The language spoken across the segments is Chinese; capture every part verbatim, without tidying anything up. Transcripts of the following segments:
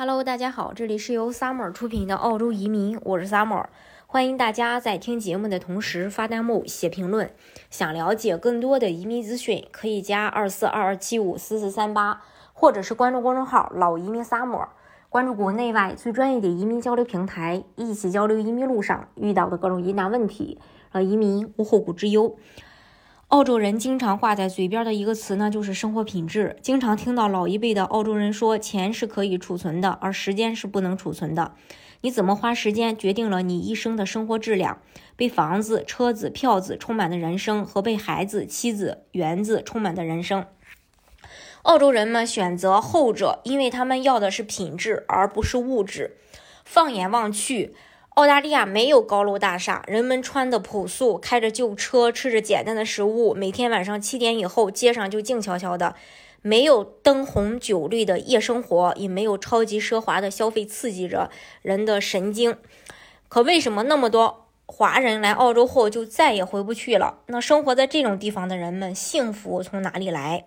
Hello， 大家好，这里是由 Summer 出品的澳洲移民，我是 Summer， 欢迎大家在听节目的同时发弹幕、写评论。想了解更多的移民资讯，可以加二四二二七五四四三八，或者是关注公众号老移民 Summer， 关注国内外最专业的移民交流平台，一起交流移民路上遇到的各种疑难问题，让移民无后顾之忧。澳洲人经常挂在嘴边的一个词呢，就是生活品质。经常听到老一辈的澳洲人说，钱是可以储存的，而时间是不能储存的。你怎么花时间，决定了你一生的生活质量。被房子、车子、票子充满的人生，和被孩子、妻子、园子充满的人生。澳洲人们选择后者，因为他们要的是品质，而不是物质。放眼望去，澳大利亚没有高楼大厦，人们穿的朴素，开着旧车，吃着简单的食物，每天晚上七点以后，街上就静悄悄的，没有灯红酒绿的夜生活，也没有超级奢华的消费刺激着人的神经。可为什么那么多华人来澳洲后就再也回不去了？那生活在这种地方的人们，幸福从哪里来？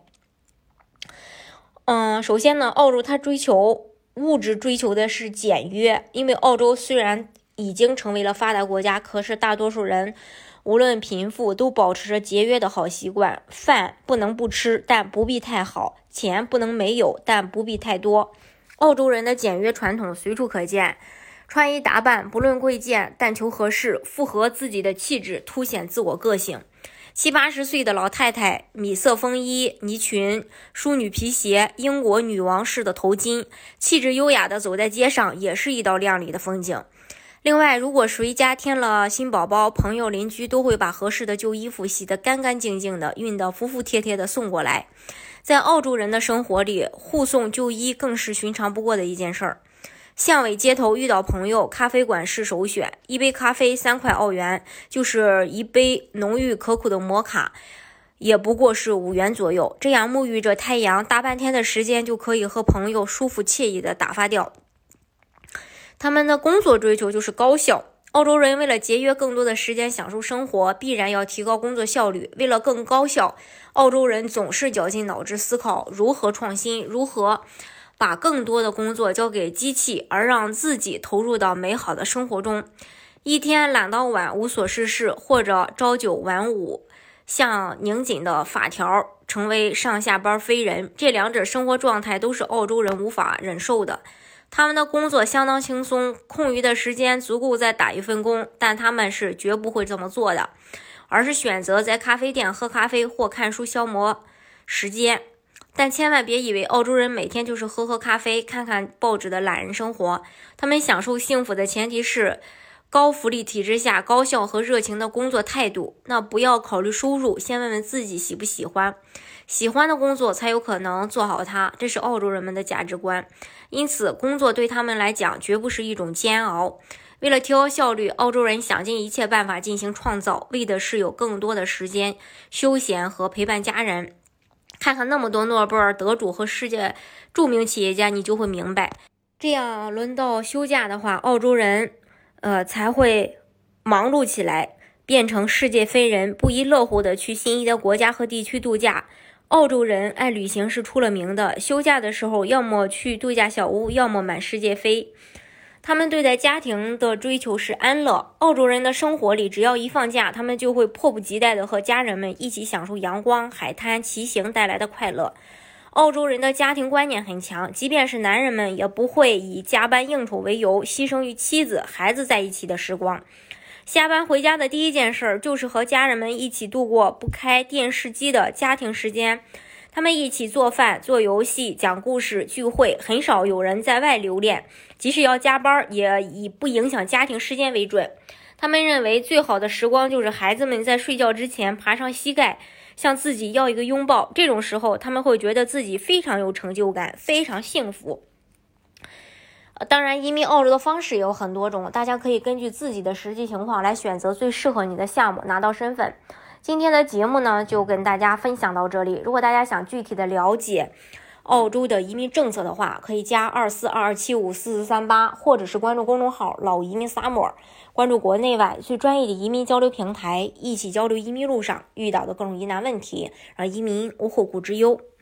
嗯，首先呢，澳洲它追求物质，追求的是简约，因为澳洲虽然已经成为了发达国家，可是大多数人无论贫富都保持着节约的好习惯。饭不能不吃，但不必太好；钱不能没有，但不必太多。澳洲人的简约传统随处可见，穿衣打扮不论贵贱，但求合适，符合自己的气质，凸显自我个性。七八十岁的老太太，米色风衣、呢裙、淑女皮鞋、英国女王式的头巾，气质优雅的走在街上，也是一道亮丽的风景。另外，如果谁家添了新宝宝，朋友邻居都会把合适的旧衣服洗得干干净净的，熨得服服帖帖的送过来。在澳洲人的生活里，护送旧衣更是寻常不过的一件事儿。巷尾街头遇到朋友，咖啡馆是首选，一杯咖啡三块澳元，就是一杯浓郁可苦的摩卡，也不过是五元左右。这样沐浴着太阳，大半天的时间就可以和朋友舒服惬意的打发掉。他们的工作追求就是高效。澳洲人为了节约更多的时间享受生活，必然要提高工作效率。为了更高效，澳洲人总是绞尽脑汁思考如何创新，如何把更多的工作交给机器，而让自己投入到美好的生活中。一天懒到晚无所事事，或者朝九晚五，像拧紧的发条，成为上下班飞人，这两者生活状态都是澳洲人无法忍受的。他们的工作相当轻松，空余的时间足够再打一份工，但他们是绝不会这么做的，而是选择在咖啡店喝咖啡或看书消磨时间。但千万别以为澳洲人每天就是喝喝咖啡、看看报纸的懒人生活。他们享受幸福的前提是高福利体制下高效和热情的工作态度。那不要考虑收入，先问问自己喜不喜欢。喜欢的工作才有可能做好它，这是澳洲人们的价值观。因此，工作对他们来讲绝不是一种煎熬。为了提高效率，澳洲人想尽一切办法进行创造，为的是有更多的时间休闲和陪伴家人。看看那么多诺贝尔得主和世界著名企业家，你就会明白，这样轮到休假的话，澳洲人呃才会忙碌起来，变成世界飞人，不亦乐乎的去心仪的国家和地区度假。澳洲人爱旅行是出了名的，休假的时候要么去度假小屋，要么满世界飞。他们对待家庭的追求是安乐。澳洲人的生活里，只要一放假，他们就会迫不及待地和家人们一起享受阳光、海滩、骑行带来的快乐。澳洲人的家庭观念很强，即便是男人们也不会以加班应酬为由牺牲与妻子、孩子在一起的时光。下班回家的第一件事就是和家人们一起度过不开电视机的家庭时间。他们一起做饭、做游戏、讲故事、聚会，很少有人在外留恋。即使要加班，也以不影响家庭时间为准。他们认为最好的时光就是孩子们在睡觉之前爬上膝盖，向自己要一个拥抱。这种时候，他们会觉得自己非常有成就感，非常幸福。当然，移民澳洲的方式也有很多种，大家可以根据自己的实际情况来选择最适合你的项目，拿到身份。今天的节目呢，就跟大家分享到这里。如果大家想具体的了解澳洲的移民政策的话，可以加二四二二七五四四三八，或者是关注公众号老移民 Summer， 关注国内外最专业的移民交流平台，一起交流移民路上遇到的各种疑难问题，让移民无后顾之忧。